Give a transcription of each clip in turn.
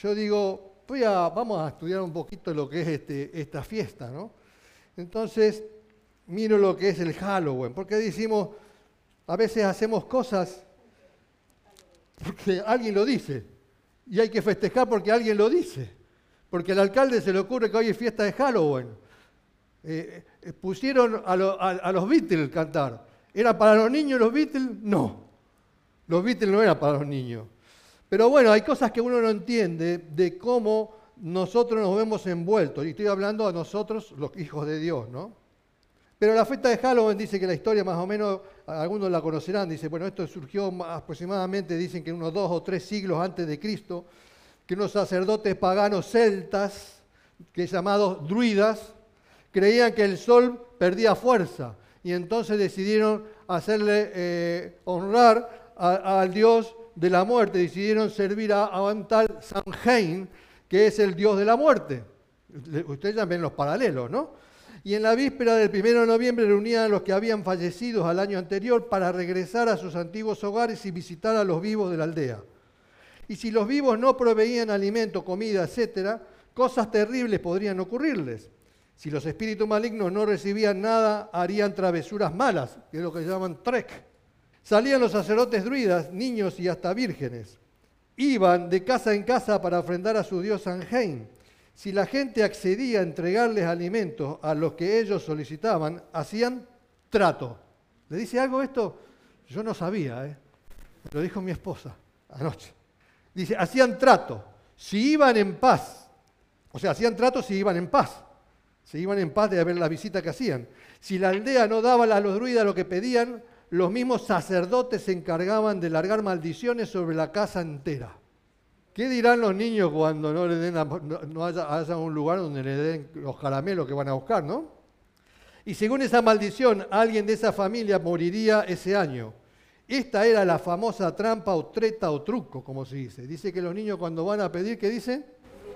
yo digo, vamos a estudiar un poquito lo que es esta fiesta, ¿no? Entonces, miro lo que es el Halloween, porque decimos, a veces hacemos cosas porque alguien lo dice, y hay que festejar porque alguien lo dice, porque al alcalde se le ocurre que hoy es fiesta de Halloween. Pusieron a los Beatles cantar. ¿Era para los niños los Beatles? No, los Beatles no eran para los niños. Pero bueno, hay cosas que uno no entiende de cómo nosotros nos vemos envueltos, y estoy hablando a nosotros, los hijos de Dios, ¿no? Pero la fiesta de Halloween dice que la historia más o menos, algunos la conocerán, dice, bueno, esto surgió aproximadamente, dicen que unos 2 o 3 siglos antes de Cristo, que unos sacerdotes paganos celtas, que llamados druidas, creían que el sol perdía fuerza, y entonces decidieron hacerle honrar al dios de la muerte, decidieron servir a un tal Samhain, que es el dios de la muerte. Ustedes ya ven los paralelos, ¿no? Y en la víspera del 1 de noviembre reunían a los que habían fallecido al año anterior para regresar a sus antiguos hogares y visitar a los vivos de la aldea. Y si los vivos no proveían alimento, comida, etc., cosas terribles podrían ocurrirles. Si los espíritus malignos no recibían nada, harían travesuras malas, que es lo que llaman trek. Salían los sacerdotes druidas, niños y hasta vírgenes. Iban de casa en casa para ofrendar a su dios Samhain. Si la gente accedía a entregarles alimentos a los que ellos solicitaban, hacían trato. ¿Le dice algo esto? Yo no sabía, Me lo dijo mi esposa anoche. Dice, hacían trato. Si iban en paz, o sea, hacían trato si iban en paz. Se iban en paz de ver la visita que hacían. Si la aldea no daba a los druidas lo que pedían, los mismos sacerdotes se encargaban de largar maldiciones sobre la casa entera. ¿Qué dirán los niños cuando no le den no haya un lugar donde le den los caramelos que van a buscar, ¿no? Y según esa maldición, alguien de esa familia moriría ese año. Esta era la famosa trampa o treta o truco, como se dice. Dice que los niños cuando van a pedir, ¿qué dicen?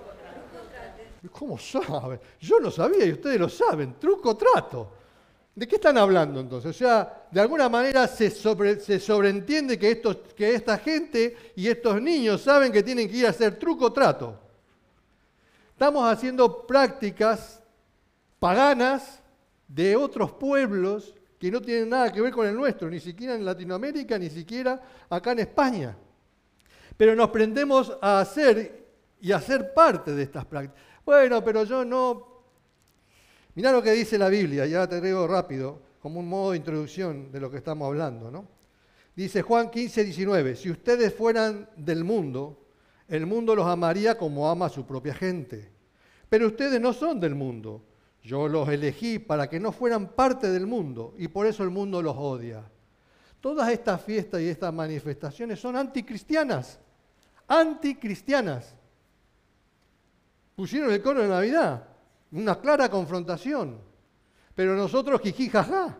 ¿Cómo saben? Yo no sabía y ustedes lo saben. Truco, trato. ¿De qué están hablando entonces? O sea, de alguna manera se sobreentiende que esta gente y estos niños saben que tienen que ir a hacer truco, trato. Estamos haciendo prácticas paganas de otros pueblos que no tienen nada que ver con el nuestro, ni siquiera en Latinoamérica, ni siquiera acá en España. Pero nos prendemos a hacer y a ser parte de estas prácticas. Bueno, pero yo no... Mirá lo que dice la Biblia, ya te digo rápido, como un modo de introducción de lo que estamos hablando, ¿no? Dice Juan 15, 19, si ustedes fueran del mundo, el mundo los amaría como ama a su propia gente. Pero ustedes no son del mundo. Yo los elegí para que no fueran parte del mundo y por eso el mundo los odia. Todas estas fiestas y estas manifestaciones son anticristianas. Anticristianas. Pusieron el cono de Navidad. Una clara confrontación. Pero nosotros jiji jaja.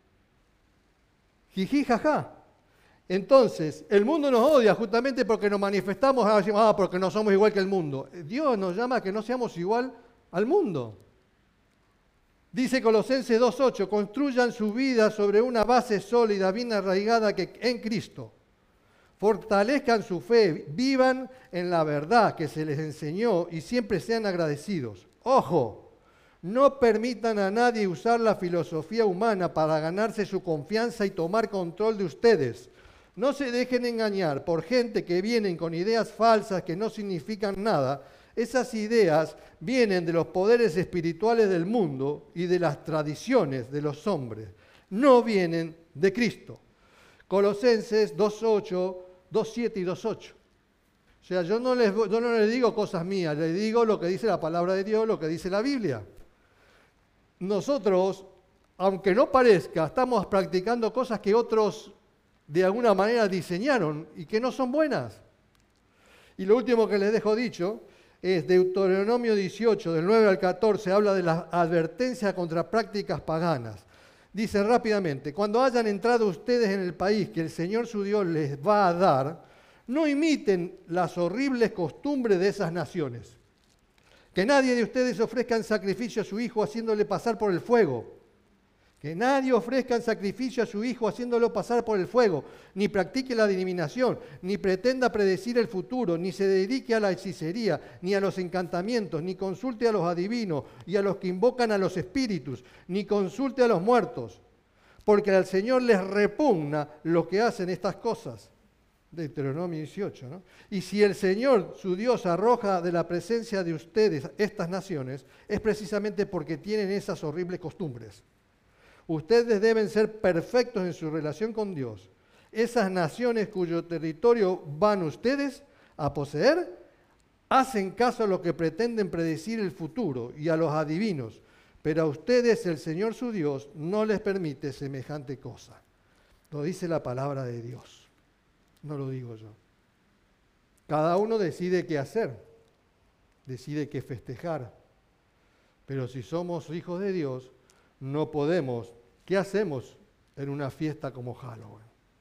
Jiji jaja. Entonces, el mundo nos odia justamente porque nos manifestamos, decimos, porque no somos igual que el mundo. Dios nos llama a que no seamos igual al mundo. Dice Colosenses 2:8, construyan su vida sobre una base sólida, bien arraigada en Cristo. Fortalezcan su fe, vivan en la verdad que se les enseñó y siempre sean agradecidos. ¡Ojo! No permitan a nadie usar la filosofía humana para ganarse su confianza y tomar control de ustedes. No se dejen engañar por gente que vienen con ideas falsas que no significan nada. Esas ideas vienen de los poderes espirituales del mundo y de las tradiciones de los hombres. No vienen de Cristo. Colosenses 2:8, 2:7 y 2:8. O sea, yo no les digo cosas mías, les digo lo que dice la palabra de Dios, lo que dice la Biblia. Nosotros, aunque no parezca, estamos practicando cosas que otros de alguna manera diseñaron y que no son buenas. Y lo último que les dejo dicho es Deuteronomio 18, del 9 al 14, habla de la advertencia contra prácticas paganas. Dice rápidamente, cuando hayan entrado ustedes en el país que el Señor su Dios les va a dar, no imiten las horribles costumbres de esas naciones. Que nadie de ustedes ofrezca en sacrificio a su hijo haciéndole pasar por el fuego. Que nadie ofrezca en sacrificio a su hijo haciéndolo pasar por el fuego, ni practique la adivinación, ni pretenda predecir el futuro, ni se dedique a la hechicería, ni a los encantamientos, ni consulte a los adivinos y a los que invocan a los espíritus, ni consulte a los muertos, porque al Señor les repugna los que hacen estas cosas. Deuteronomio 18, ¿no? Y si el Señor, su Dios, arroja de la presencia de ustedes estas naciones, es precisamente porque tienen esas horribles costumbres. Ustedes deben ser perfectos en su relación con Dios. Esas naciones cuyo territorio van ustedes a poseer, hacen caso a lo que pretenden predecir el futuro y a los adivinos, pero a ustedes el Señor su Dios no les permite semejante cosa. Lo dice la palabra de Dios. No lo digo yo. Cada uno decide qué hacer, decide qué festejar. Pero si somos hijos de Dios, no podemos. ¿Qué hacemos en una fiesta como Halloween?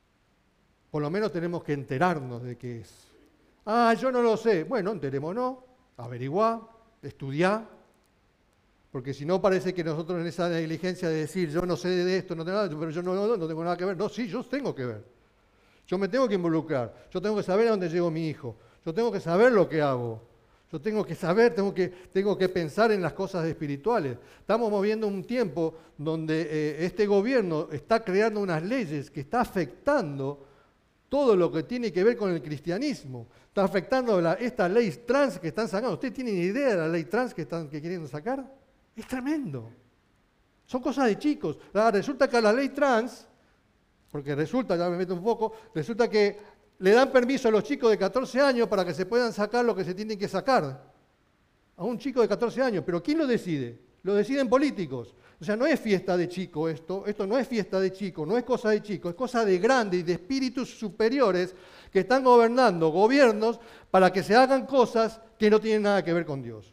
Por lo menos tenemos que enterarnos de qué es. Ah, yo no lo sé. Bueno, enterémonos, averiguá, estudiá. Porque si no parece que nosotros en esa negligencia de decir, yo no sé de esto, no tengo nada, pero yo no tengo nada que ver. No, sí, yo tengo que ver. Yo me tengo que involucrar, yo tengo que saber a dónde llegó mi hijo, yo tengo que saber lo que hago, yo tengo que saber, tengo que pensar en las cosas espirituales. Estamos moviendo un tiempo donde este gobierno está creando unas leyes que está afectando todo lo que tiene que ver con el cristianismo. Está afectando esta ley trans que están sacando. ¿Ustedes tienen idea de la ley trans que quieren sacar? Es tremendo. Son cosas de chicos. Resulta que a la ley trans... Porque resulta, ya me meto un poco, resulta que le dan permiso a los chicos de 14 años para que se puedan sacar lo que se tienen que sacar. A un chico de 14 años. ¿Pero quién lo decide? Lo deciden políticos. O sea, no es fiesta de chico esto no es fiesta de chico, no es cosa de chico, es cosa de grandes y de espíritus superiores que están gobernando gobiernos para que se hagan cosas que no tienen nada que ver con Dios.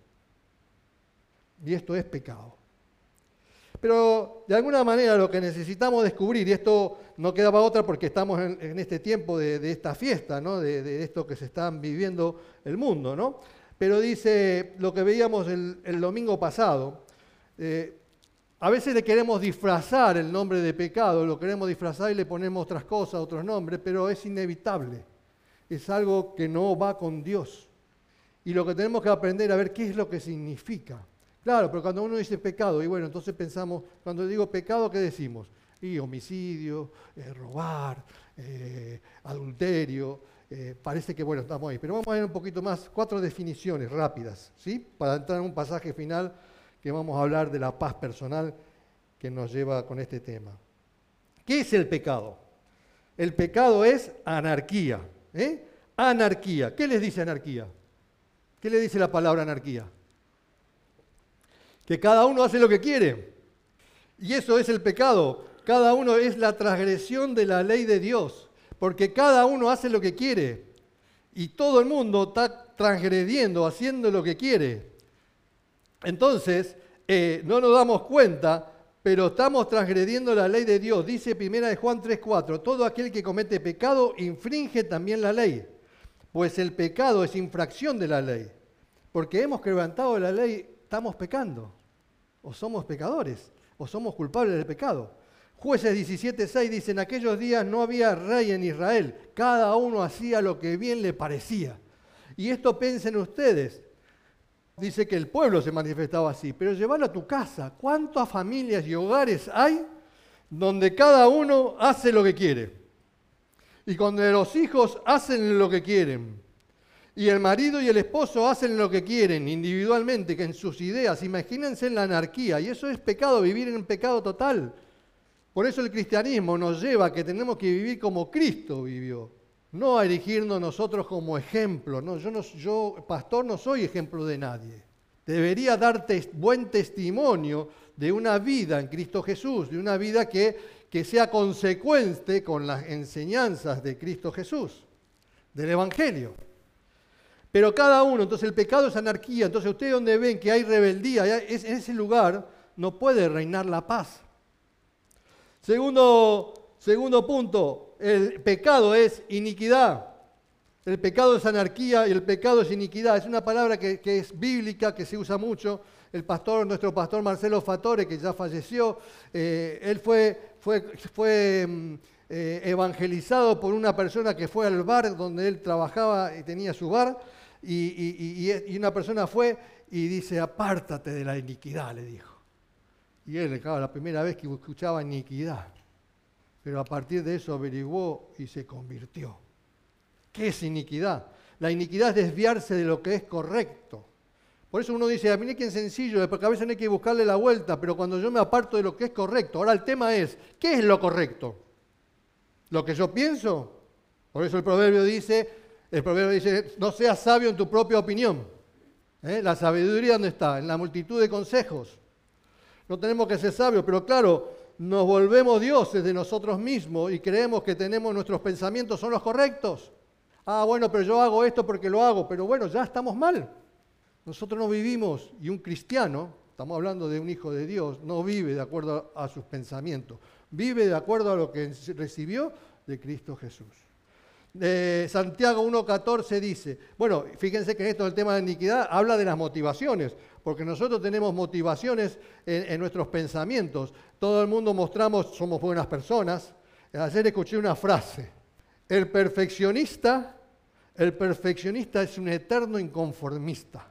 Y esto es pecado. Pero de alguna manera lo que necesitamos descubrir, y esto no quedaba otra porque estamos en este tiempo de esta fiesta, ¿no? de esto que se están viviendo el mundo, ¿no? Pero dice lo que veíamos el domingo pasado, a veces le queremos disfrazar el nombre de pecado, lo queremos disfrazar y le ponemos otras cosas, otros nombres, pero es inevitable, es algo que no va con Dios. Y lo que tenemos que aprender a ver qué es lo que significa. Claro, pero cuando uno dice pecado, y bueno, entonces pensamos, cuando digo pecado, ¿qué decimos? Y homicidio, robar, adulterio, parece que bueno, estamos ahí. Pero vamos a ver un poquito más, 4 definiciones rápidas, ¿sí? Para entrar en un pasaje final que vamos a hablar de la paz personal que nos lleva con este tema. ¿Qué es el pecado? El pecado es anarquía, Anarquía. ¿Qué les dice anarquía? ¿Qué le dice la palabra anarquía? Que cada uno hace lo que quiere. Y eso es el pecado. Cada uno es la transgresión de la ley de Dios. Porque cada uno hace lo que quiere. Y todo el mundo está transgrediendo, haciendo lo que quiere. Entonces, no nos damos cuenta, pero estamos transgrediendo la ley de Dios. Dice 1 Juan 3:4, todo aquel que comete pecado infringe también la ley. Pues el pecado es infracción de la ley. Porque hemos quebrantado la ley, estamos pecando. O somos pecadores, o somos culpables del pecado. Jueces 17:6 dice, en aquellos días no había rey en Israel, cada uno hacía lo que bien le parecía. Y esto piensen ustedes, dice que el pueblo se manifestaba así, pero llevarlo a tu casa, ¿cuántas familias y hogares hay donde cada uno hace lo que quiere? Y cuando los hijos hacen lo que quieren, y el marido y el esposo hacen lo que quieren individualmente, que en sus ideas, imagínense en la anarquía, y eso es pecado, vivir en pasado total. Por eso el cristianismo nos lleva a que tenemos que vivir como Cristo vivió, no a erigirnos nosotros como ejemplo. No, yo, pastor, no soy ejemplo de nadie. Debería dar buen testimonio de una vida en Cristo Jesús, de una vida que sea consecuente con las enseñanzas de Cristo Jesús, del Evangelio. Pero cada uno, entonces el pecado es anarquía, entonces ustedes donde ven que hay rebeldía, en ese lugar no puede reinar la paz. Segundo punto, el pecado es iniquidad. El pecado es anarquía y el pecado es iniquidad. Es una palabra que es bíblica, que se usa mucho. Nuestro pastor Marcelo Fatore, que ya falleció, él fue evangelizado por una persona que fue al bar donde él trabajaba y tenía su bar, y una persona fue y dice, apártate de la iniquidad, le dijo. Y él, claro, la primera vez que escuchaba iniquidad, pero a partir de eso averiguó y se convirtió. ¿Qué es iniquidad? La iniquidad es desviarse de lo que es correcto. Por eso uno dice, mire qué sencillo, porque a veces no hay que buscarle la vuelta, pero cuando yo me aparto de lo que es correcto. Ahora el tema es, ¿qué es lo correcto? ¿Lo que yo pienso? Por eso el proverbio dice, no seas sabio en tu propia opinión. La sabiduría, ¿dónde está? En la multitud de consejos. No tenemos que ser sabios, pero claro, nos volvemos dioses de nosotros mismos y creemos que nuestros pensamientos son los correctos. Ah, bueno, pero yo hago esto porque lo hago, pero bueno, ya estamos mal. Nosotros no vivimos, y un cristiano, estamos hablando de un hijo de Dios, no vive de acuerdo a sus pensamientos, vive de acuerdo a lo que recibió de Cristo Jesús. Santiago 1.14 dice, bueno, fíjense que en esto del tema de iniquidad habla de las motivaciones, porque nosotros tenemos motivaciones en nuestros pensamientos. Todo el mundo somos buenas personas. Ayer escuché una frase, el perfeccionista es un eterno inconformista.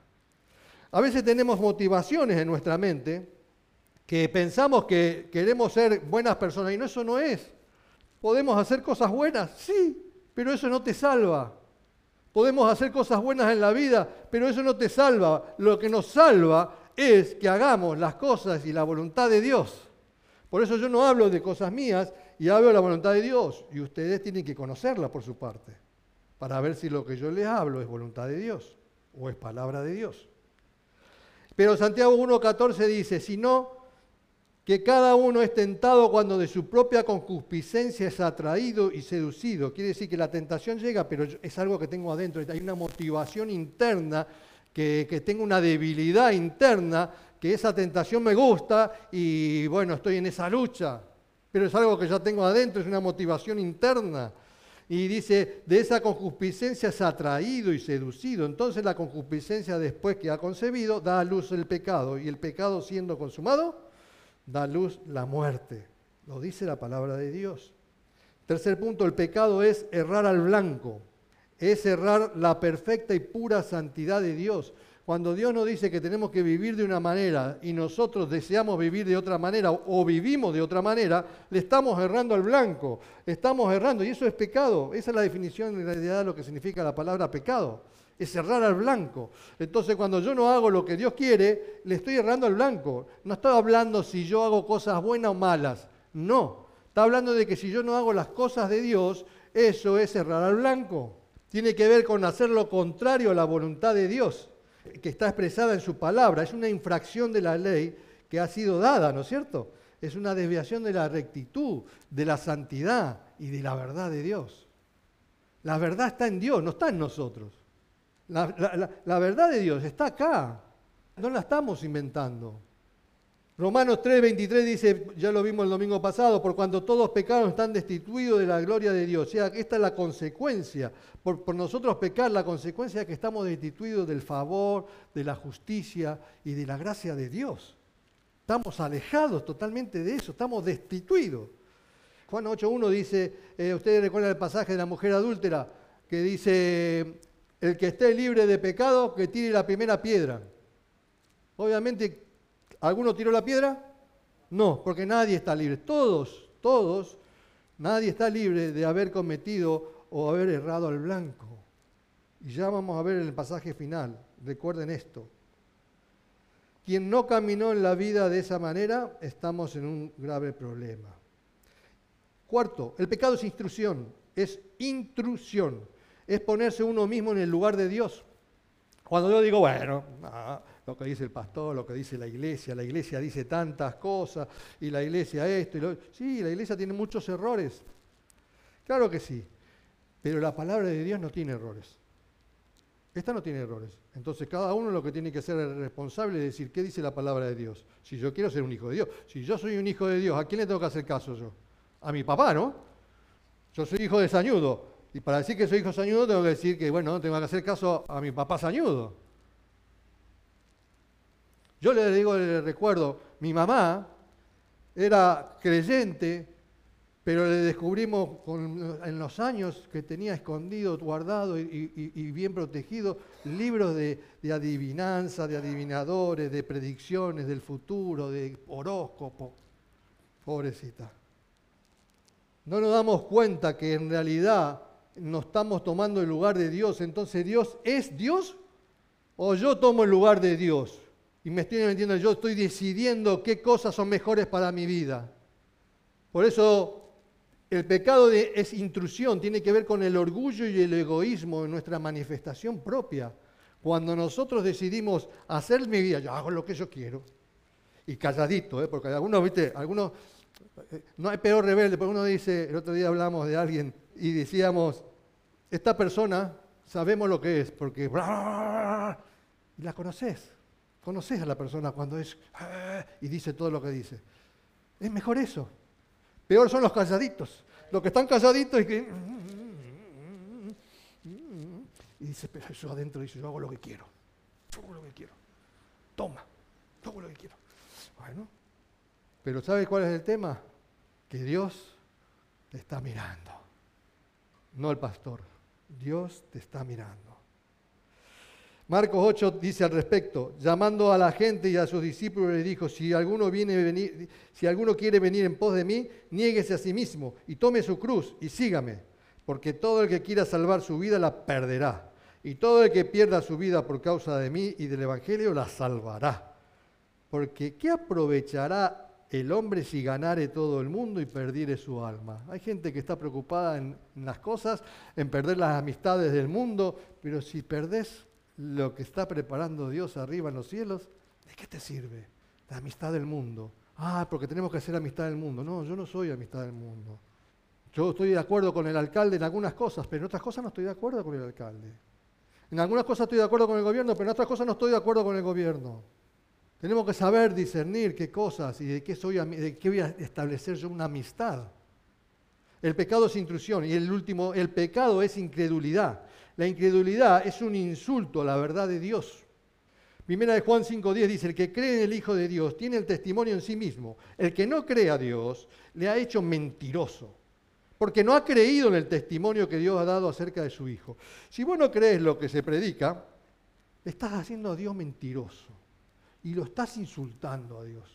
A veces tenemos motivaciones en nuestra mente que pensamos que queremos ser buenas personas y eso no es. ¿Podemos hacer cosas buenas? Sí, pero eso no te salva. Podemos hacer cosas buenas en la vida, pero eso no te salva. Lo que nos salva es que hagamos las cosas y la voluntad de Dios. Por eso yo no hablo de cosas mías y hablo de la voluntad de Dios. Y ustedes tienen que conocerla por su parte, para ver si lo que yo les hablo es voluntad de Dios o es palabra de Dios. Pero Santiago 1.14 dice, sino que cada uno es tentado cuando de su propia concupiscencia es atraído y seducido. Quiere decir que la tentación llega, pero es algo que tengo adentro. Hay una motivación interna, que tengo una debilidad interna, que esa tentación me gusta y bueno, estoy en esa lucha. Pero es algo que ya tengo adentro, es una motivación interna. Y dice, de esa concupiscencia es atraído y seducido. Entonces la concupiscencia, después que ha concebido, da a luz el pecado. Y el pecado, siendo consumado, da a luz la muerte. Lo dice la palabra de Dios. Tercer punto, el pecado es errar al blanco. Es errar la perfecta y pura santidad de Dios. Cuando Dios nos dice que tenemos que vivir de una manera y nosotros deseamos vivir de otra manera o vivimos de otra manera, le estamos errando al blanco, estamos errando y eso es pecado. Esa es la definición en realidad de lo que significa la palabra pecado, es errar al blanco. Entonces cuando yo no hago lo que Dios quiere, le estoy errando al blanco. No estoy hablando si yo hago cosas buenas o malas, no. Está hablando de que si yo no hago las cosas de Dios, eso es errar al blanco. Tiene que ver con hacer lo contrario a la voluntad de Dios, que está expresada en su palabra. Es una infracción de la ley que ha sido dada, ¿no es cierto? Es una desviación de la rectitud, de la santidad y de la verdad de Dios. La verdad está en Dios, no está en nosotros. La verdad de Dios está acá, no la estamos inventando. Romanos 3:23 dice, ya lo vimos el domingo pasado, por cuanto todos pecaron están destituidos de la gloria de Dios. O sea, esta es la consecuencia. Por nosotros pecar, la consecuencia es que estamos destituidos del favor, de la justicia y de la gracia de Dios. Estamos alejados totalmente de eso, estamos destituidos. Juan 8:1 dice, ustedes recuerdan el pasaje de la mujer adúltera, que dice, el que esté libre de pecado, que tire la primera piedra. Obviamente, ¿alguno tiró la piedra? No, porque nadie está libre. Todos, nadie está libre de haber cometido o haber errado al blanco. Y ya vamos a ver en el pasaje final. Recuerden esto. Quien no caminó en la vida de esa manera, estamos en un grave problema. Cuarto, el pecado es intrusión. Es intrusión. Es ponerse uno mismo en el lugar de Dios. Cuando yo digo, bueno, lo que dice el pastor, lo que dice la iglesia dice tantas cosas, y la iglesia esto y lo otro. Sí, la iglesia tiene muchos errores. Claro que sí, pero la palabra de Dios no tiene errores. Esta no tiene errores. Entonces cada uno lo que tiene que ser es responsable de decir, ¿qué dice la palabra de Dios? Si yo quiero ser un hijo de Dios, si yo soy un hijo de Dios, ¿a quién le tengo que hacer caso yo? A mi papá, ¿no? Yo soy hijo de Sañudo. Y para decir que soy hijo sañudo, tengo que decir que, bueno, no tengo que hacer caso a mi papá sañudo. Yo le digo, le recuerdo, mi mamá era creyente, pero le descubrimos en los años que tenía escondido, guardado y bien protegido libros de adivinanza, de adivinadores, de predicciones del futuro, de horóscopo. Pobrecita. No nos damos cuenta que en realidad no estamos tomando el lugar de Dios. Entonces, ¿Dios es Dios o yo tomo el lugar de Dios? Y me estoy metiendo, yo estoy decidiendo qué cosas son mejores para mi vida. Por eso el pecado es intrusión, tiene que ver con el orgullo y el egoísmo en nuestra manifestación propia. Cuando nosotros decidimos hacer mi vida, yo hago lo que yo quiero. Y calladito, porque algunos, ¿viste? Algunos, no hay peor rebelde, porque uno dice, el otro día hablamos de alguien y decíamos, esta persona sabemos lo que es, porque y la conoces a la persona cuando es y dice todo lo que dice. Es mejor eso. Peor son los calladitos. Los que están calladitos y que... Y dice, pero eso adentro dice, yo hago lo que quiero. Yo hago lo que quiero. Toma, yo hago lo que quiero. Bueno, pero ¿sabe cuál es el tema? Que Dios te está mirando. No el pastor. Dios te está mirando. Marcos 8 dice al respecto, llamando a la gente y a sus discípulos les dijo, si alguno quiere venir en pos de mí, niéguese a sí mismo y tome su cruz y sígame, porque todo el que quiera salvar su vida la perderá, y todo el que pierda su vida por causa de mí y del Evangelio la salvará. Porque ¿qué aprovechará el hombre si ganare todo el mundo y perdiere su alma? Hay gente que está preocupada en las cosas, en perder las amistades del mundo, pero si perdés lo que está preparando Dios arriba en los cielos, ¿de qué te sirve? La amistad del mundo. Porque tenemos que hacer amistad del mundo. No, yo no soy amistad del mundo. Yo estoy de acuerdo con el alcalde en algunas cosas, pero en otras cosas no estoy de acuerdo con el alcalde. En algunas cosas estoy de acuerdo con el gobierno, pero en otras cosas no estoy de acuerdo con el gobierno. Tenemos que saber discernir qué cosas y de qué voy a establecer yo una amistad. El pecado es intrusión y el pecado es incredulidad. La incredulidad es un insulto a la verdad de Dios. Primera de Juan 5:10 dice, el que cree en el Hijo de Dios tiene el testimonio en sí mismo. El que no cree a Dios le ha hecho mentiroso, porque no ha creído en el testimonio que Dios ha dado acerca de su Hijo. Si vos no crees lo que se predica, estás haciendo a Dios mentiroso y lo estás insultando a Dios.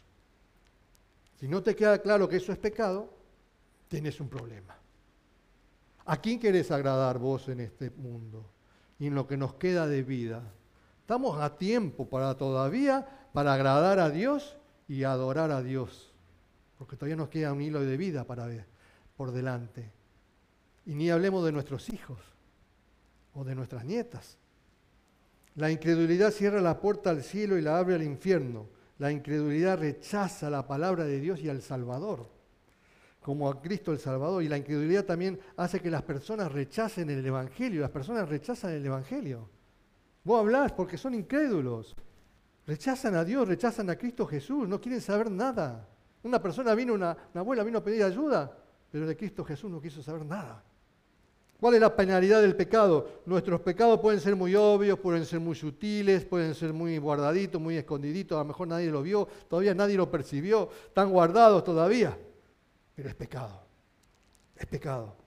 Si no te queda claro que eso es pecado, tienes un problema. ¿A quién querés agradar vos en este mundo y en lo que nos queda de vida? Estamos a tiempo para agradar a Dios y adorar a Dios, porque todavía nos queda un hilo de vida para ver por delante. Y ni hablemos de nuestros hijos o de nuestras nietas. La incredulidad cierra la puerta al cielo y la abre al infierno. La incredulidad rechaza la palabra de Dios y al Salvador, como a Cristo el Salvador. Y la incredulidad también hace que las personas rechacen el Evangelio. Las personas rechazan el Evangelio. Vos hablás porque son incrédulos. Rechazan a Dios, rechazan a Cristo Jesús, no quieren saber nada. Una abuela vino a pedir ayuda, pero de Cristo Jesús no quiso saber nada. ¿Cuál es la penalidad del pecado? Nuestros pecados pueden ser muy obvios, pueden ser muy sutiles, pueden ser muy guardaditos, muy escondiditos, a lo mejor nadie lo vio, todavía nadie lo percibió, están guardados todavía. Pero es pecado, es pecado.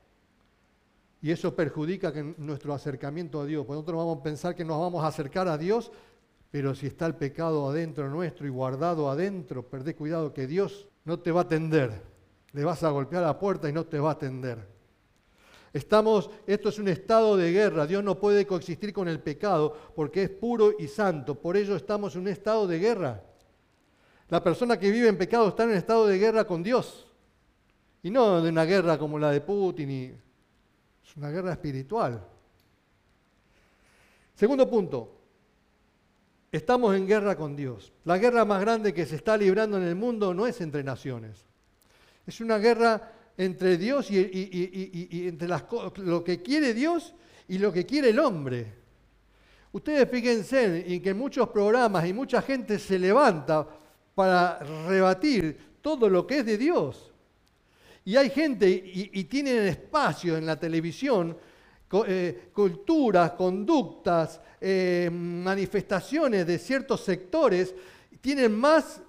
Y eso perjudica nuestro acercamiento a Dios. Porque nosotros vamos a pensar que nos vamos a acercar a Dios, pero si está el pecado adentro nuestro y guardado adentro, perdé cuidado que Dios no te va a atender. Le vas a golpear la puerta y no te va a atender. Esto es un estado de guerra. Dios no puede coexistir con el pecado porque es puro y santo. Por ello estamos en un estado de guerra. La persona que vive en pecado está en un estado de guerra con Dios. Y no de una guerra como la de Putin. Es una guerra espiritual. Segundo punto. Estamos en guerra con Dios. La guerra más grande que se está librando en el mundo no es entre naciones. Es una guerra entre Dios y entre lo que quiere Dios y lo que quiere el hombre. Ustedes fíjense en que en muchos programas y mucha gente se levanta para rebatir todo lo que es de Dios. Y hay gente, y tienen espacio en la televisión, culturas, conductas, manifestaciones de ciertos sectores tienen más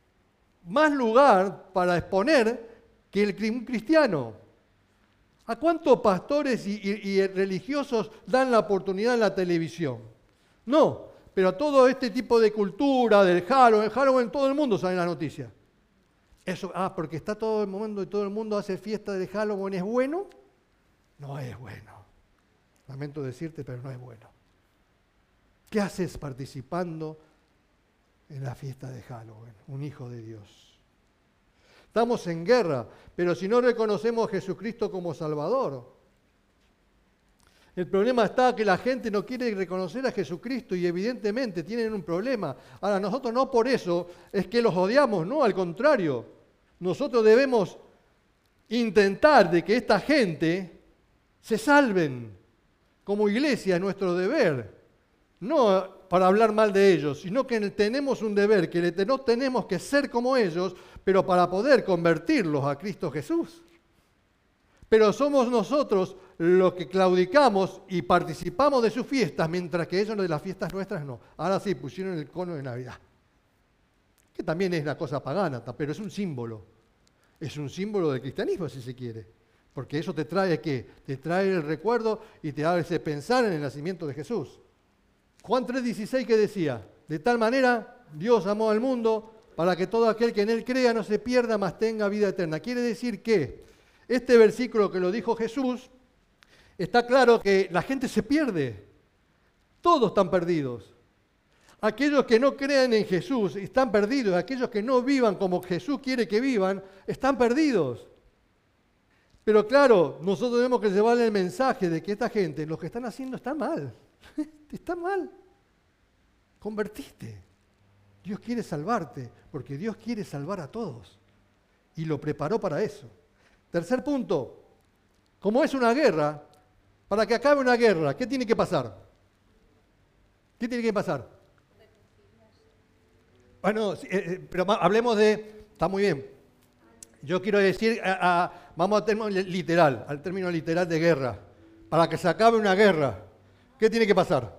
lugar para exponer que un cristiano. ¿A cuántos pastores y religiosos dan la oportunidad en la televisión? No, pero todo este tipo de cultura, del Halloween, todo el mundo sabe en la noticia. Eso, porque está todo el mundo y todo el mundo hace fiesta de Halloween, ¿es bueno? No es bueno. Lamento decirte, pero no es bueno. ¿Qué haces participando en la fiesta de Halloween? Un hijo de Dios. Estamos en guerra, pero si no reconocemos a Jesucristo como Salvador. El problema está que la gente no quiere reconocer a Jesucristo y evidentemente tienen un problema. Ahora, nosotros no por eso es que los odiamos, no, al contrario. Nosotros debemos intentar de que esta gente se salven. Como iglesia es nuestro deber. No para hablar mal de ellos, sino que tenemos un deber, que no tenemos que ser como ellos, pero para poder convertirlos a Cristo Jesús. Pero somos nosotros los que claudicamos y participamos de sus fiestas, mientras que ellos de las fiestas nuestras no. Ahora sí, pusieron el cono de Navidad, que también es una cosa pagana, pero es un símbolo. Es un símbolo del cristianismo, si se quiere. Porque eso te trae, ¿qué? Te trae el recuerdo y te hace pensar en el nacimiento de Jesús. Juan 3:16, ¿qué decía? De tal manera Dios amó al mundo para que todo aquel que en él crea no se pierda, mas tenga vida eterna. Quiere decir que este versículo que lo dijo Jesús, está claro que la gente se pierde. Todos están perdidos. Aquellos que no crean en Jesús están perdidos. Aquellos que no vivan como Jesús quiere que vivan, están perdidos. Pero claro, nosotros tenemos que llevarle el mensaje de que esta gente, lo que están haciendo está mal. Está mal. Convertiste. Dios quiere salvarte, porque Dios quiere salvar a todos. Y lo preparó para eso. Tercer punto. Como es una guerra, para que acabe una guerra, ¿qué tiene que pasar? ¿Qué tiene que pasar? Bueno, pero hablemos de... Está muy bien. Yo quiero decir, vamos al término literal de guerra. Para que se acabe una guerra, ¿qué tiene que pasar?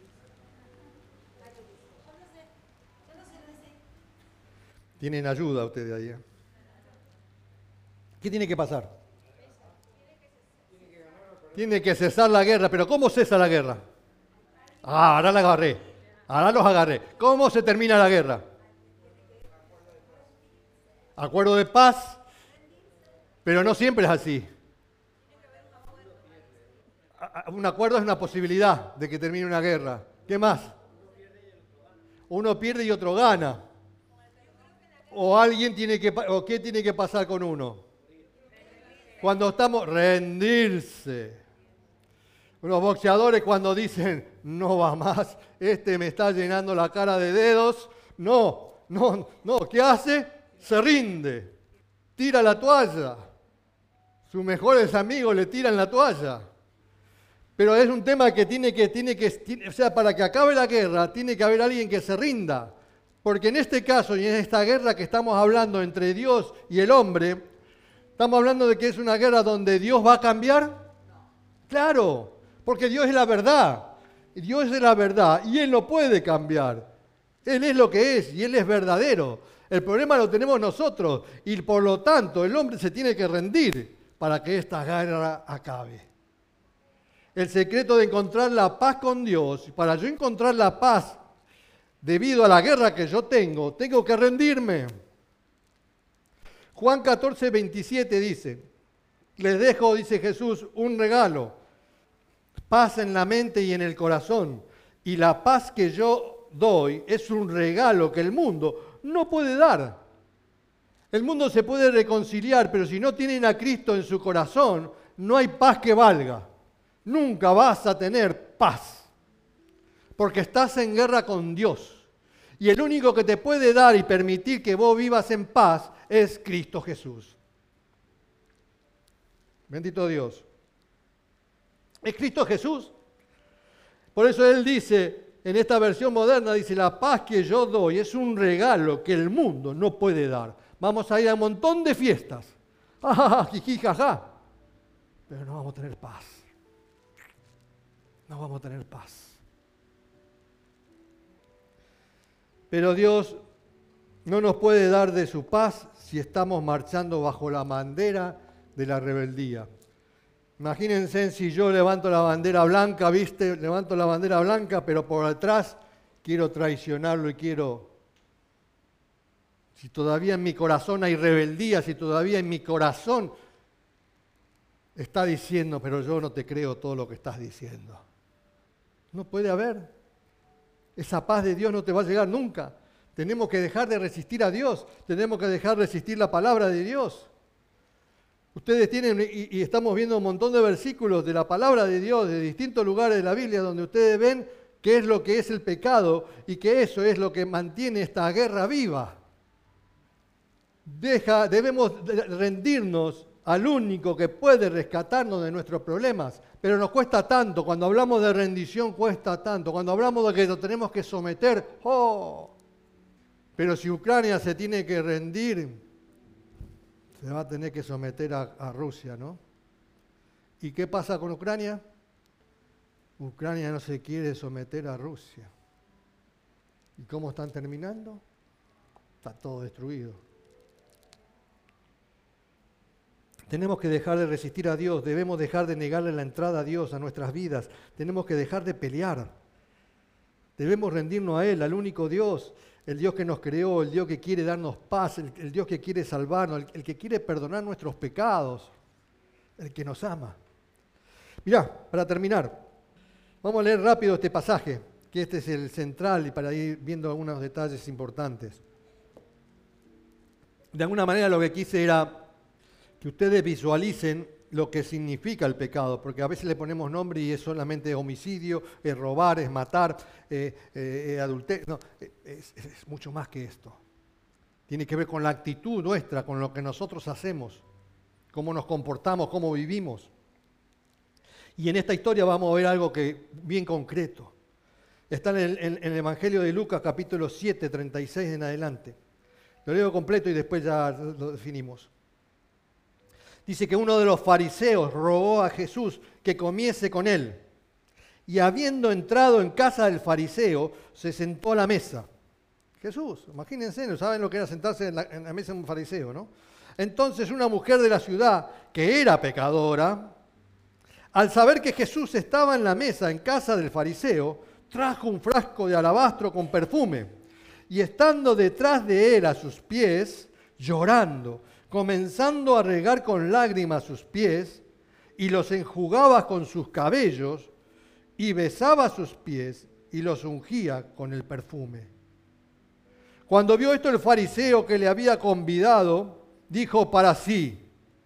Tienen ayuda ustedes ahí. ¿Qué tiene que pasar? Tiene que cesar la guerra. ¿Pero cómo cesa la guerra? Ahora la agarré. Ahora los agarré. ¿Cómo se termina la guerra? Acuerdo de paz. Pero no siempre es así. Un acuerdo es una posibilidad de que termine una guerra. ¿Qué más? Uno pierde y otro gana. O ¿qué tiene que pasar con uno? Cuando estamos, rendirse. Los boxeadores cuando dicen, no va más, me está llenando la cara de dedos. No, ¿qué hace? Se rinde. Tira la toalla. Sus mejores amigos le tiran la toalla. Pero es un tema que o sea, para que acabe la guerra, tiene que haber alguien que se rinda. Porque en este caso y en esta guerra que estamos hablando entre Dios y el hombre, ¿estamos hablando de que es una guerra donde Dios va a cambiar? Claro, porque Dios es la verdad. Dios es la verdad y Él no puede cambiar. Él es lo que es y Él es verdadero. El problema lo tenemos nosotros y por lo tanto el hombre se tiene que rendir para que esta guerra acabe. El secreto de encontrar la paz con Dios, para yo encontrar la paz debido a la guerra que yo tengo que rendirme. Juan 14:27 dice, les dejo, dice Jesús, un regalo, paz en la mente y en el corazón. Y la paz que yo doy es un regalo que el mundo no puede dar. El mundo se puede reconciliar, pero si no tienen a Cristo en su corazón, no hay paz que valga. Nunca vas a tener paz, porque estás en guerra con Dios. Y el único que te puede dar y permitir que vos vivas en paz es Cristo Jesús. Bendito Dios. Es Cristo Jesús. Por eso Él dice, en esta versión moderna, dice, la paz que yo doy es un regalo que el mundo no puede dar. Vamos a ir a un montón de fiestas. Jiji, jaja. Pero no vamos a tener paz. no vamos a tener paz. Pero Dios no nos puede dar de su paz si estamos marchando bajo la bandera de la rebeldía. Imagínense si yo levanto la bandera blanca, ¿viste? Levanto la bandera blanca, pero por atrás quiero traicionarlo y quiero... Si todavía en mi corazón hay rebeldía, si todavía en mi corazón está diciendo, pero yo no te creo todo lo que estás diciendo. No puede haber. Esa paz de Dios no te va a llegar nunca. Tenemos que dejar de resistir a Dios. Tenemos que dejar de resistir la palabra de Dios. Ustedes tienen, y estamos viendo un montón de versículos de la palabra de Dios, de distintos lugares de la Biblia, donde ustedes ven qué es lo que es el pecado y que eso es lo que mantiene esta guerra viva. Debemos rendirnos al único que puede rescatarnos de nuestros problemas, pero nos cuesta tanto. Cuando hablamos de rendición cuesta tanto. Cuando hablamos de que nos tenemos que someter, ¡oh! Pero si Ucrania se tiene que rendir, se va a tener que someter a Rusia, ¿no? ¿Y qué pasa con Ucrania? Ucrania no se quiere someter a Rusia. ¿Y cómo están terminando? Está todo destruido. Tenemos que dejar de resistir a Dios, debemos dejar de negarle la entrada a Dios a nuestras vidas, tenemos que dejar de pelear. Debemos rendirnos a Él, al único Dios, el Dios que nos creó, el Dios que quiere darnos paz, el Dios que quiere salvarnos, el que quiere perdonar nuestros pecados, el que nos ama. Mirá, para terminar, vamos a leer rápido este pasaje, que este es el central y para ir viendo algunos detalles importantes. De alguna manera lo que quise era que ustedes visualicen lo que significa el pecado, porque a veces le ponemos nombre y es solamente homicidio, es robar, es matar, adulterio. No, es mucho más que esto. Tiene que ver con la actitud nuestra, con lo que nosotros hacemos, cómo nos comportamos, cómo vivimos. Y en esta historia vamos a ver algo que bien concreto. Está en el Evangelio de Lucas, capítulo 7, 36 en adelante. Lo leo completo y después ya lo definimos. Dice que uno de los fariseos rogó a Jesús que comiese con él. Y habiendo entrado en casa del fariseo, se sentó a la mesa. Jesús, imagínense, no saben lo que era sentarse en la mesa de un fariseo, ¿no? Entonces una mujer de la ciudad, que era pecadora, al saber que Jesús estaba en la mesa en casa del fariseo, trajo un frasco de alabastro con perfume. Y estando detrás de él a sus pies, llorando, comenzando a regar con lágrimas sus pies, y los enjugaba con sus cabellos, y besaba sus pies, y los ungía con el perfume. Cuando vio esto el fariseo que le había convidado, dijo para sí,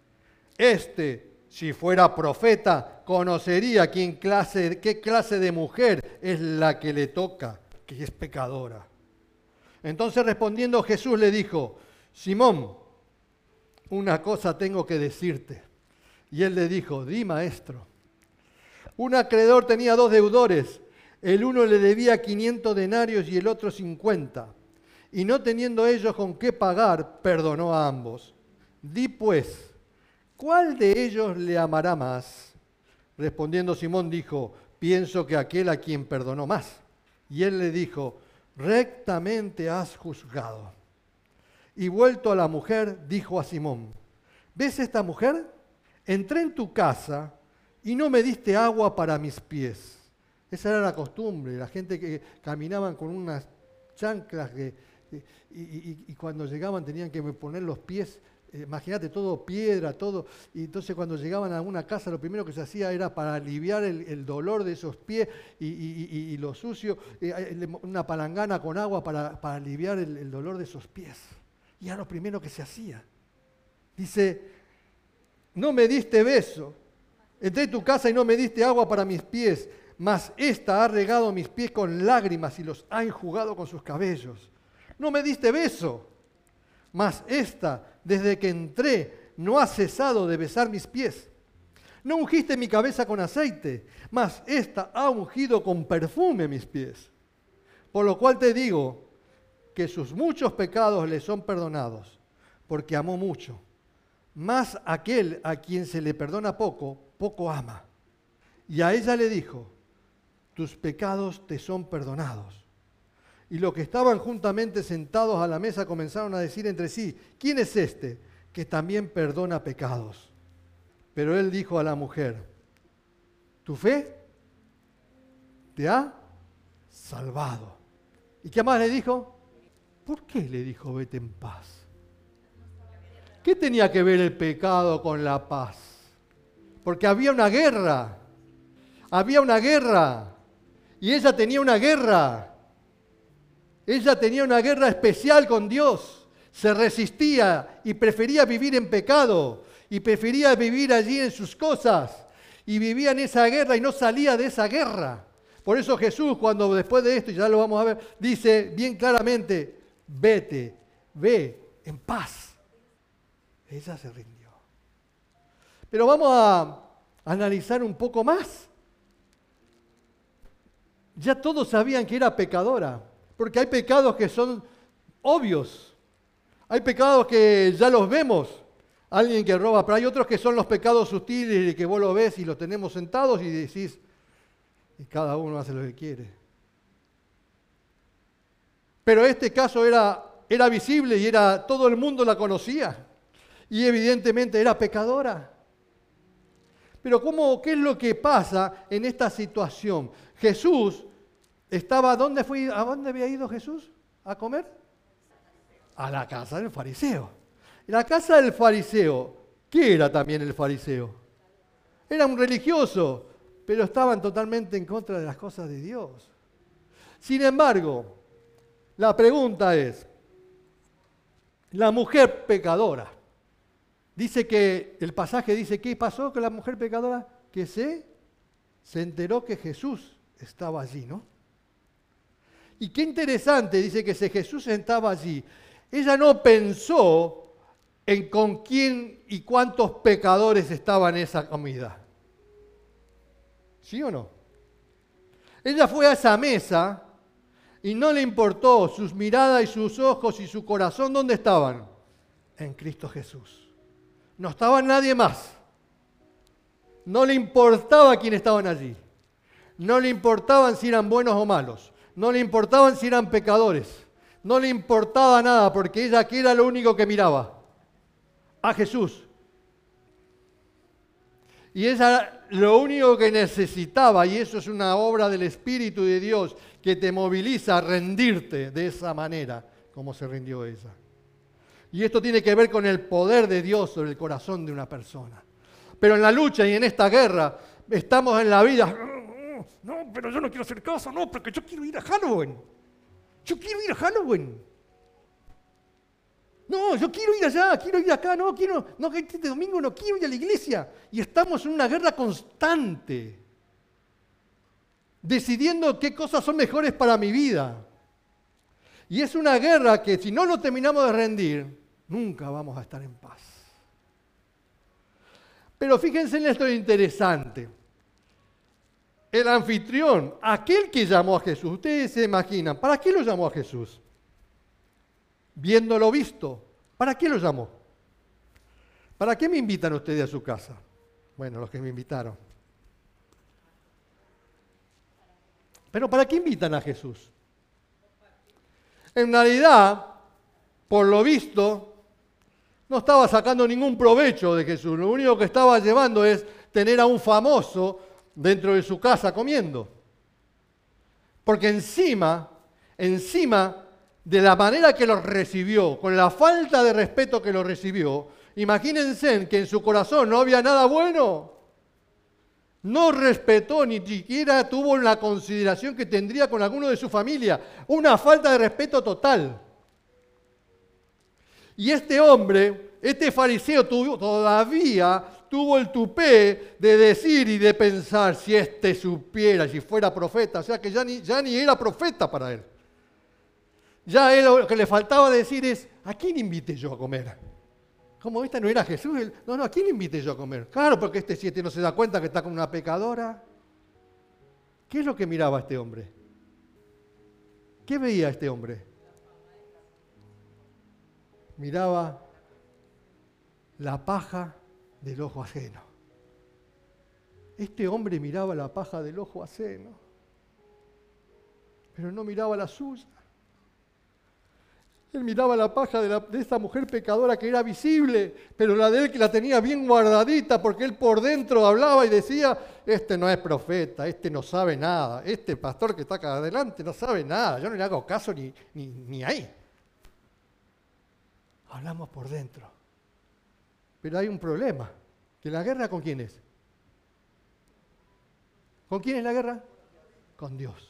si fuera profeta, conocería qué clase de mujer es la que le toca, que es pecadora. Entonces respondiendo Jesús le dijo, Simón, una cosa tengo que decirte. Y él le dijo, di maestro. Un acreedor tenía 2 deudores. El uno le debía 500 denarios y el otro 50. Y no teniendo ellos con qué pagar, perdonó a ambos. Di pues, ¿cuál de ellos le amará más? Respondiendo Simón dijo, pienso que aquel a quien perdonó más. Y él le dijo, rectamente has juzgado. Y vuelto a la mujer, dijo a Simón, ¿ves esta mujer? Entré en tu casa y no me diste agua para mis pies. Esa era la costumbre, la gente que caminaban con unas chanclas y cuando llegaban tenían que poner los pies, imagínate, todo piedra, todo. Y entonces cuando llegaban a una casa lo primero que se hacía era para aliviar el dolor de esos pies y lo sucio, una palangana con agua para aliviar el dolor de esos pies. Y era lo primero que se hacía. Dice, no me diste beso. Entré en tu casa y no me diste agua para mis pies, mas ésta ha regado mis pies con lágrimas y los ha enjugado con sus cabellos. No me diste beso, mas ésta, desde que entré, no ha cesado de besar mis pies. No ungiste mi cabeza con aceite, mas ésta ha ungido con perfume mis pies. Por lo cual te digo, que sus muchos pecados le son perdonados, porque amó mucho. Mas aquel a quien se le perdona poco, poco ama. Y a ella le dijo, tus pecados te son perdonados. Y los que estaban juntamente sentados a la mesa comenzaron a decir entre sí, ¿quién es este que también perdona pecados? Pero él dijo a la mujer, tu fe te ha salvado. ¿Y qué más le dijo? ¿Por qué le dijo vete en paz? ¿Qué tenía que ver el pecado con la paz? Porque había una guerra. Había una guerra. Y ella tenía una guerra. Ella tenía una guerra especial con Dios. Se resistía y prefería vivir en pecado. Y prefería vivir allí en sus cosas. Y vivía en esa guerra y no salía de esa guerra. Por eso Jesús, cuando después de esto, y ya lo vamos a ver, dice bien claramente, vete, ve en paz. Ella se rindió. Pero vamos a analizar un poco más. Ya todos sabían que era pecadora, porque hay pecados que son obvios. Hay pecados que ya los vemos. Alguien que roba, pero hay otros que son los pecados sutiles y que vos lo ves y los tenemos sentados y decís, y cada uno hace lo que quiere. Pero este caso era visible y todo el mundo la conocía. Y evidentemente era pecadora. Pero ¿qué es lo que pasa en esta situación? Jesús estaba, ¿a dónde había ido Jesús a comer? A la casa del fariseo. La casa del fariseo, ¿qué era también el fariseo? Era un religioso, pero estaban totalmente en contra de las cosas de Dios. Sin embargo, la pregunta es, la mujer pecadora, el pasaje dice, ¿qué pasó con la mujer pecadora? Que se enteró que Jesús estaba allí, ¿no? Y qué interesante, dice que si Jesús estaba allí, ella no pensó en con quién y cuántos pecadores estaban en esa comida. ¿Sí o no? Ella fue a esa mesa y no le importó sus miradas y sus ojos y su corazón, ¿dónde estaban? En Cristo Jesús. No estaba nadie más. No le importaba quién estaban allí. No le importaban si eran buenos o malos. No le importaban si eran pecadores. No le importaba nada porque ella aquí era lo único que miraba. A Jesús. Y ella lo único que necesitaba, y eso es una obra del Espíritu de Dios que te moviliza a rendirte de esa manera como se rindió ella. Y esto tiene que ver con el poder de Dios sobre el corazón de una persona. Pero en la lucha y en esta guerra estamos en la vida. No, pero yo no quiero hacer caso, no, porque yo quiero ir a Halloween. Yo quiero ir a Halloween. No, yo quiero ir allá, quiero ir acá, no, que este domingo no quiero ir a la iglesia. Y estamos en una guerra constante, decidiendo qué cosas son mejores para mi vida. Y es una guerra que si no nos terminamos de rendir, nunca vamos a estar en paz. Pero fíjense en esto interesante. El anfitrión, aquel que llamó a Jesús, ustedes se imaginan, ¿para qué lo llamó a Jesús? Viéndolo visto, ¿para qué lo llamó? ¿Para qué me invitan ustedes a su casa? Bueno, los que me invitaron. Pero ¿para qué invitan a Jesús? En realidad, por lo visto, no estaba sacando ningún provecho de Jesús. Lo único que estaba llevando es tener a un famoso dentro de su casa comiendo. Porque encima de la manera que lo recibió, con la falta de respeto que lo recibió, imagínense que en su corazón no había nada bueno. No respetó, ni siquiera tuvo la consideración que tendría con alguno de su familia. Una falta de respeto total. Y este hombre, este fariseo todavía tuvo el tupé de decir y de pensar si supiera, si fuera profeta. O sea que ya ni era profeta para él. Ya él lo que le faltaba decir es, ¿a quién invité yo a comer? ¿Cómo esta no era Jesús? No, ¿a quién invité yo a comer? Claro, porque este no se da cuenta que está con una pecadora. ¿Qué es lo que miraba este hombre? ¿Qué veía este hombre? Miraba la paja del ojo ajeno. Este hombre miraba la paja del ojo ajeno. pero no miraba la suya. Él miraba la paja de esta mujer pecadora que era visible, pero la de él que la tenía bien guardadita, porque él por dentro hablaba y decía, este no es profeta, este no sabe nada, este pastor que está acá adelante no sabe nada, yo no le hago caso ni ahí. Hablamos por dentro. Pero hay un problema, que la guerra ¿con quién es? ¿Con quién es la guerra? Con Dios.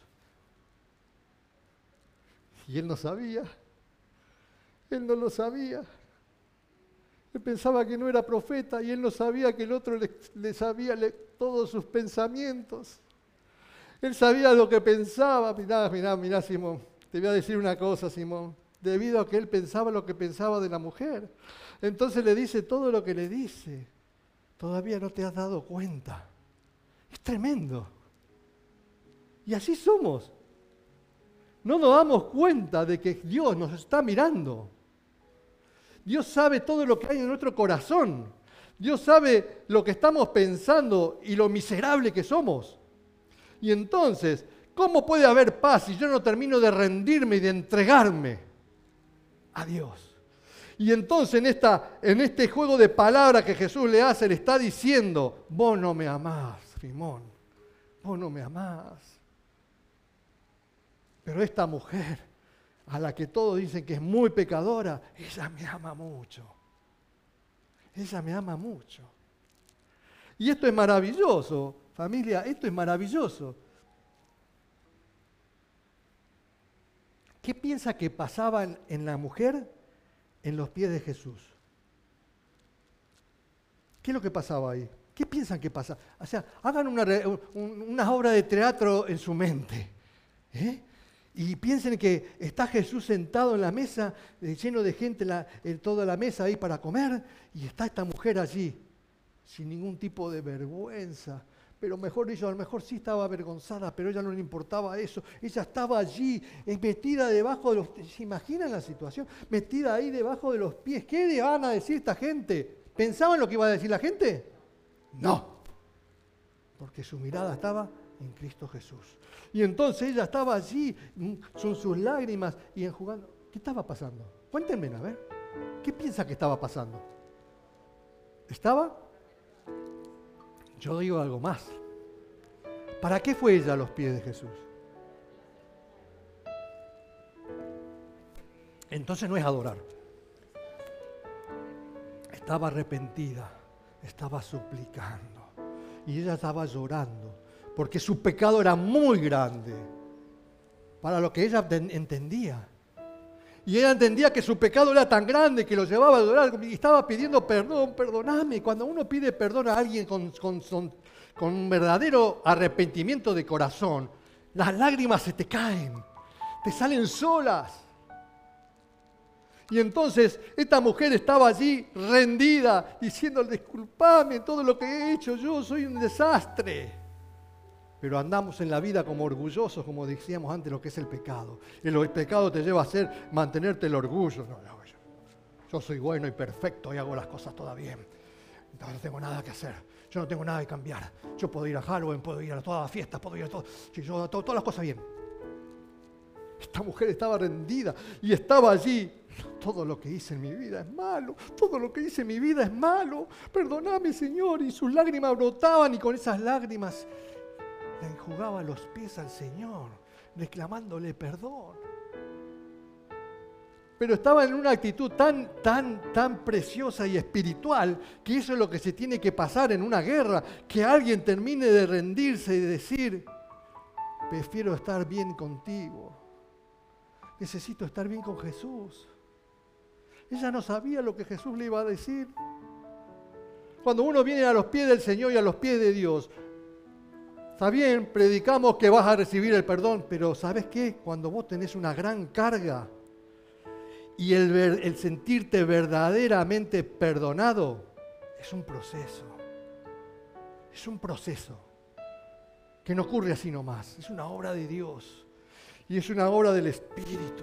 Y él no sabía. Él no lo sabía. Él pensaba que no era profeta y él no sabía que el otro le sabía todos sus pensamientos. Él sabía lo que pensaba. Mirá, Simón. Te voy a decir una cosa, Simón. Debido a que él pensaba lo que pensaba de la mujer. Entonces le dice todo lo que le dice. Todavía no te has dado cuenta. Es tremendo. Y así somos. No nos damos cuenta de que Dios nos está mirando. Dios sabe todo lo que hay en nuestro corazón. Dios sabe lo que estamos pensando y lo miserable que somos. Y entonces, ¿cómo puede haber paz si yo no termino de rendirme y de entregarme a Dios? Y entonces en este juego de palabras que Jesús le hace, le está diciendo, vos no me amás, Simón, vos no me amás. Pero esta mujer, a la que todos dicen que es muy pecadora, ella me ama mucho. Ella me ama mucho. Y esto es maravilloso, familia, esto es maravilloso. ¿Qué piensa que pasaba en la mujer en los pies de Jesús? ¿Qué es lo que pasaba ahí? ¿Qué piensan que pasa? O sea, hagan una obra de teatro en su mente. Y piensen que está Jesús sentado en la mesa, lleno de gente en toda la mesa ahí para comer, y está esta mujer allí, sin ningún tipo de vergüenza. Pero mejor ella, a lo mejor sí estaba avergonzada, pero a ella no le importaba eso. Ella estaba allí, metida debajo de los pies. ¿Se imaginan la situación? Metida ahí debajo de los pies. ¿Qué le van a decir esta gente? ¿Pensaban lo que iba a decir la gente? No, porque su mirada estaba en Cristo Jesús. Y entonces ella estaba allí, con sus lágrimas y enjugando. ¿Qué estaba pasando? Cuéntenme, a ver. ¿Qué piensa que estaba pasando? ¿Estaba? Yo digo algo más. ¿Para qué fue ella a los pies de Jesús? Entonces no es adorar. Estaba arrepentida, estaba suplicando y ella estaba llorando porque su pecado era muy grande para lo que ella entendía. Y ella entendía que su pecado era tan grande que lo llevaba a llorar y estaba pidiendo perdón, perdóname. Cuando uno pide perdón a alguien con un verdadero arrepentimiento de corazón, las lágrimas se te caen, te salen solas. Y entonces esta mujer estaba allí rendida, diciéndole, disculpame, todo lo que he hecho yo, soy un desastre. Pero andamos en la vida como orgullosos, como decíamos antes, lo que es el pecado. Y el pecado te lleva a mantenerte el orgullo. No, yo soy bueno y perfecto y hago las cosas todas bien. No tengo nada que hacer, yo no tengo nada que cambiar. Yo puedo ir a Halloween, puedo ir a todas las fiestas, puedo ir a todo, yo todas las cosas bien. Esta mujer estaba rendida y estaba allí. Todo lo que hice en mi vida es malo, todo lo que hice en mi vida es malo. Perdóname, Señor. Y sus lágrimas brotaban y con esas lágrimas le enjugaba los pies al Señor, reclamándole perdón. Pero estaba en una actitud tan preciosa y espiritual que eso es lo que se tiene que pasar en una guerra, que alguien termine de rendirse y decir, prefiero estar bien contigo, necesito estar bien con Jesús. Ella no sabía lo que Jesús le iba a decir. Cuando uno viene a los pies del Señor y a los pies de Dios, está bien, predicamos que vas a recibir el perdón, pero ¿sabes qué? Cuando vos tenés una gran carga y el sentirte verdaderamente perdonado, es un proceso. Es un proceso que no ocurre así nomás. Es una obra de Dios y es una obra del Espíritu.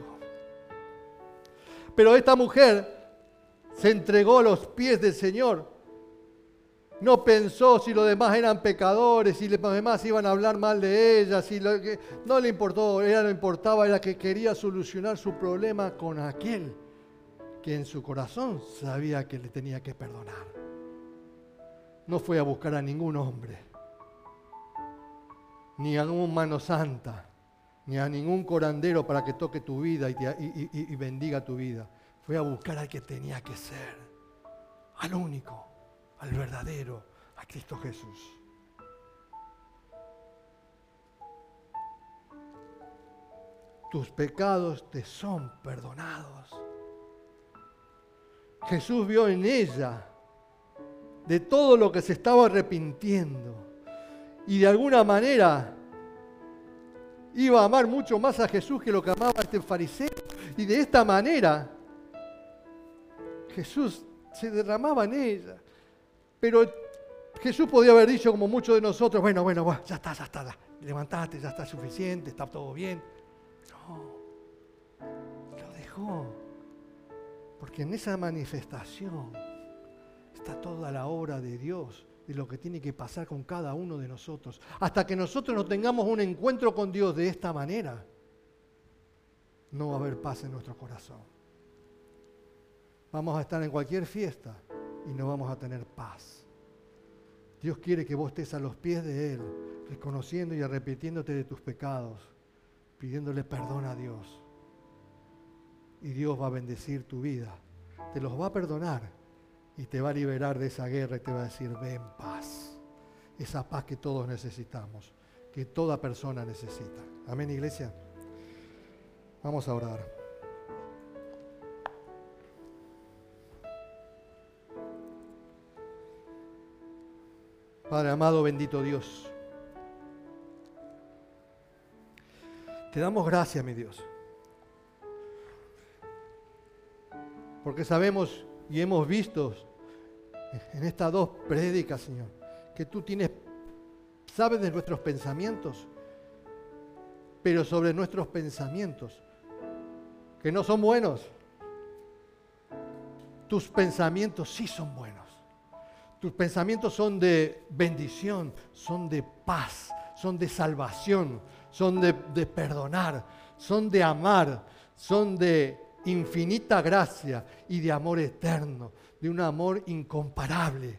Pero esta mujer se entregó a los pies del Señor No pensó si los demás eran pecadores, si los demás iban a hablar mal de ella, no le importó, le importaba era que quería solucionar su problema con aquel que en su corazón sabía que le tenía que perdonar. No fue a buscar a ningún hombre, ni a ningún mano santa, ni a ningún curandero para que toque tu vida y bendiga tu vida. Fue a buscar al que tenía que ser, al único, al verdadero, a Cristo Jesús. Tus pecados te son perdonados. Jesús vio en ella de todo lo que se estaba arrepintiendo y de alguna manera iba a amar mucho más a Jesús que lo que amaba a este fariseo. Y de esta manera Jesús se derramaba en ella. Pero Jesús podía haber dicho, como muchos de nosotros, bueno, ya está, levantate, ya está suficiente, está todo bien. No, lo dejó. Porque en esa manifestación está toda la obra de Dios, de lo que tiene que pasar con cada uno de nosotros. Hasta que nosotros no tengamos un encuentro con Dios de esta manera, no va a haber paz en nuestro corazón. Vamos a estar en cualquier fiesta y no vamos a tener paz. Dios quiere que vos estés a los pies de Él, reconociendo y arrepintiéndote de tus pecados, pidiéndole perdón a Dios. Y Dios va a bendecir tu vida, te los va a perdonar y te va a liberar de esa guerra y te va a decir, ven paz. Esa paz que todos necesitamos, que toda persona necesita. Amén, iglesia. Vamos a orar. Padre amado, bendito Dios. Te damos gracias, mi Dios. Porque sabemos y hemos visto en estas dos prédicas, Señor, que tú sabes de nuestros pensamientos, pero sobre nuestros pensamientos, que no son buenos, tus pensamientos sí son buenos. Tus pensamientos son de bendición, son de paz, son de salvación, son de perdonar, son de amar, son de infinita gracia y de amor eterno, de un amor incomparable.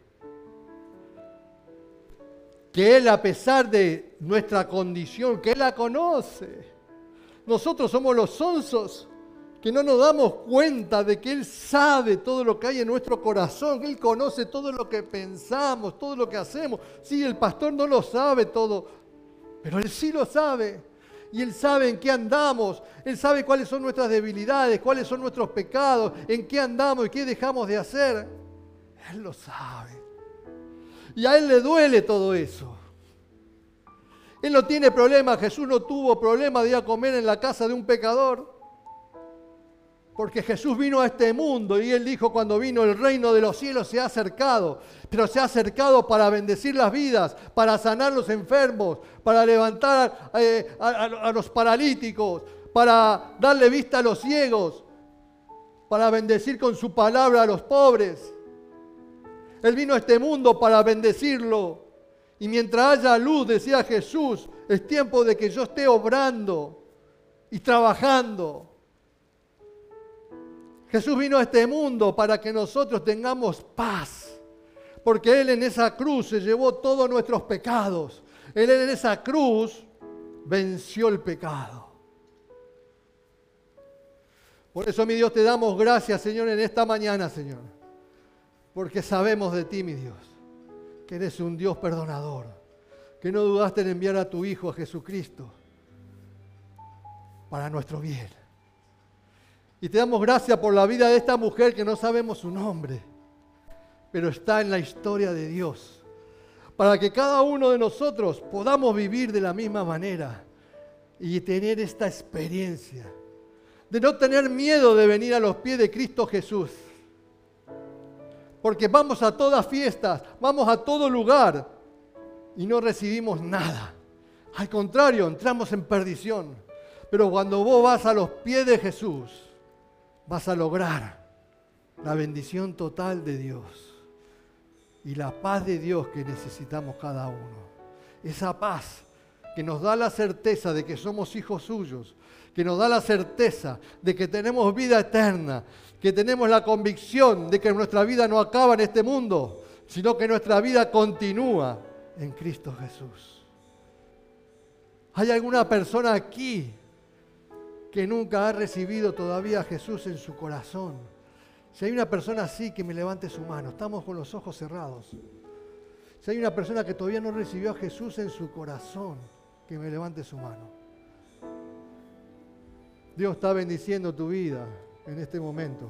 Que Él, a pesar de nuestra condición, que Él la conoce. Nosotros somos los sonsos que no nos damos cuenta de que Él sabe todo lo que hay en nuestro corazón, que Él conoce todo lo que pensamos, todo lo que hacemos. Sí, el pastor no lo sabe todo, pero Él sí lo sabe. Y Él sabe en qué andamos, Él sabe cuáles son nuestras debilidades, cuáles son nuestros pecados, en qué andamos y qué dejamos de hacer. Él lo sabe. Y a Él le duele todo eso. Él no tiene problema, Jesús no tuvo problema de ir a comer en la casa de un pecador. Porque Jesús vino a este mundo y Él dijo cuando vino el reino de los cielos se ha acercado. Pero se ha acercado para bendecir las vidas, para sanar los enfermos, para levantar a los paralíticos, para darle vista a los ciegos, para bendecir con su palabra a los pobres. Él vino a este mundo para bendecirlo. Y mientras haya luz, decía Jesús, es tiempo de que yo esté obrando y trabajando. Jesús vino a este mundo para que nosotros tengamos paz, porque Él en esa cruz se llevó todos nuestros pecados. Él en esa cruz venció el pecado. Por eso, mi Dios, te damos gracias, Señor, en esta mañana, Señor, porque sabemos de ti, mi Dios, que eres un Dios perdonador, que no dudaste en enviar a tu Hijo, a Jesucristo, para nuestro bien. Y te damos gracias por la vida de esta mujer que no sabemos su nombre, pero está en la historia de Dios, para que cada uno de nosotros podamos vivir de la misma manera y tener esta experiencia de no tener miedo de venir a los pies de Cristo Jesús. Porque vamos a todas fiestas, vamos a todo lugar y no recibimos nada. Al contrario, entramos en perdición. Pero cuando vos vas a los pies de Jesús, vas a lograr la bendición total de Dios. y la paz de Dios que necesitamos cada uno. Esa paz que nos da la certeza de que somos hijos suyos, que nos da la certeza de que tenemos vida eterna, que tenemos la convicción de que nuestra vida no acaba en este mundo, sino que nuestra vida continúa en Cristo Jesús. ¿Hay alguna persona aquí que nunca ha recibido todavía a Jesús en su corazón? Si hay una persona así, que me levante su mano. Estamos con los ojos cerrados. Si hay una persona que todavía no recibió a Jesús en su corazón, que me levante su mano. Dios está bendiciendo tu vida en este momento.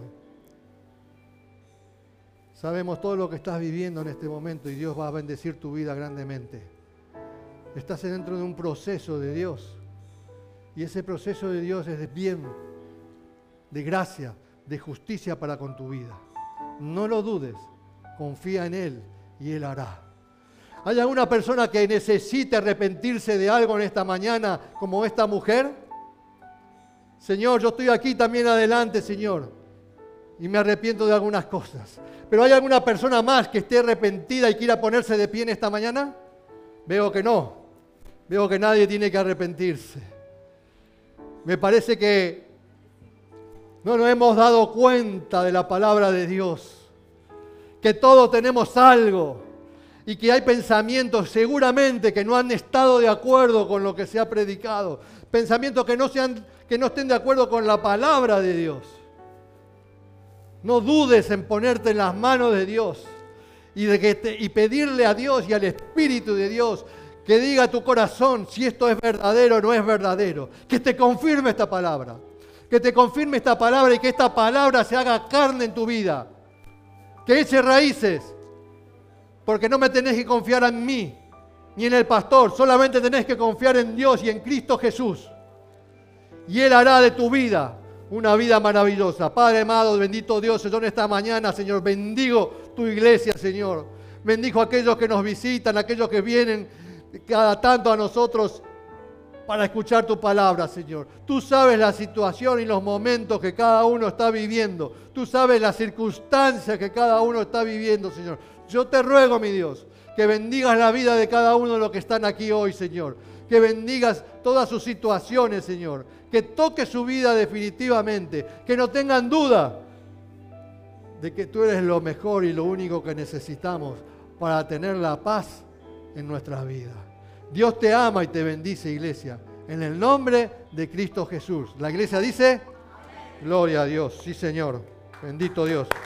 Sabemos todo lo que estás viviendo en este momento y Dios va a bendecir tu vida grandemente. Estás dentro de un proceso de Dios y ese proceso de Dios es de bien, de gracia, de justicia para con tu vida. No lo dudes, confía en Él y Él hará. ¿Hay alguna persona que necesite arrepentirse de algo en esta mañana como esta mujer? Señor, yo estoy aquí también adelante, Señor, y me arrepiento de algunas cosas. ¿Pero hay alguna persona más que esté arrepentida y quiera ponerse de pie en esta mañana? Veo que no. Veo que nadie tiene que arrepentirse. Me parece que no nos hemos dado cuenta de la palabra de Dios, que todos tenemos algo y que hay pensamientos seguramente que no han estado de acuerdo con lo que se ha predicado, pensamientos que no estén de acuerdo con la palabra de Dios. No dudes en ponerte en las manos de Dios y pedirle a Dios y al Espíritu de Dios que diga a tu corazón si esto es verdadero o no es verdadero. Que te confirme esta palabra. Que te confirme esta palabra y que esta palabra se haga carne en tu vida. Que eche raíces. Porque no me tenés que confiar en mí ni en el pastor. Solamente tenés que confiar en Dios y en Cristo Jesús. Y Él hará de tu vida una vida maravillosa. Padre amado, bendito Dios, yo en esta mañana, Señor, bendigo tu iglesia, Señor. Bendigo a aquellos que nos visitan, a aquellos que vienen cada tanto a nosotros para escuchar tu palabra, Señor. Tú sabes la situación y los momentos que cada uno está viviendo. Tú sabes las circunstancias que cada uno está viviendo, Señor. Yo te ruego, mi Dios, que bendigas la vida de cada uno de los que están aquí hoy, Señor. Que bendigas todas sus situaciones, Señor. Que toque su vida definitivamente. Que no tengan duda de que tú eres lo mejor y lo único que necesitamos para tener la paz en nuestras vidas. Dios te ama y te bendice, iglesia. En el nombre de Cristo Jesús. La iglesia dice, amén. Gloria a Dios. Sí, Señor. Bendito Dios.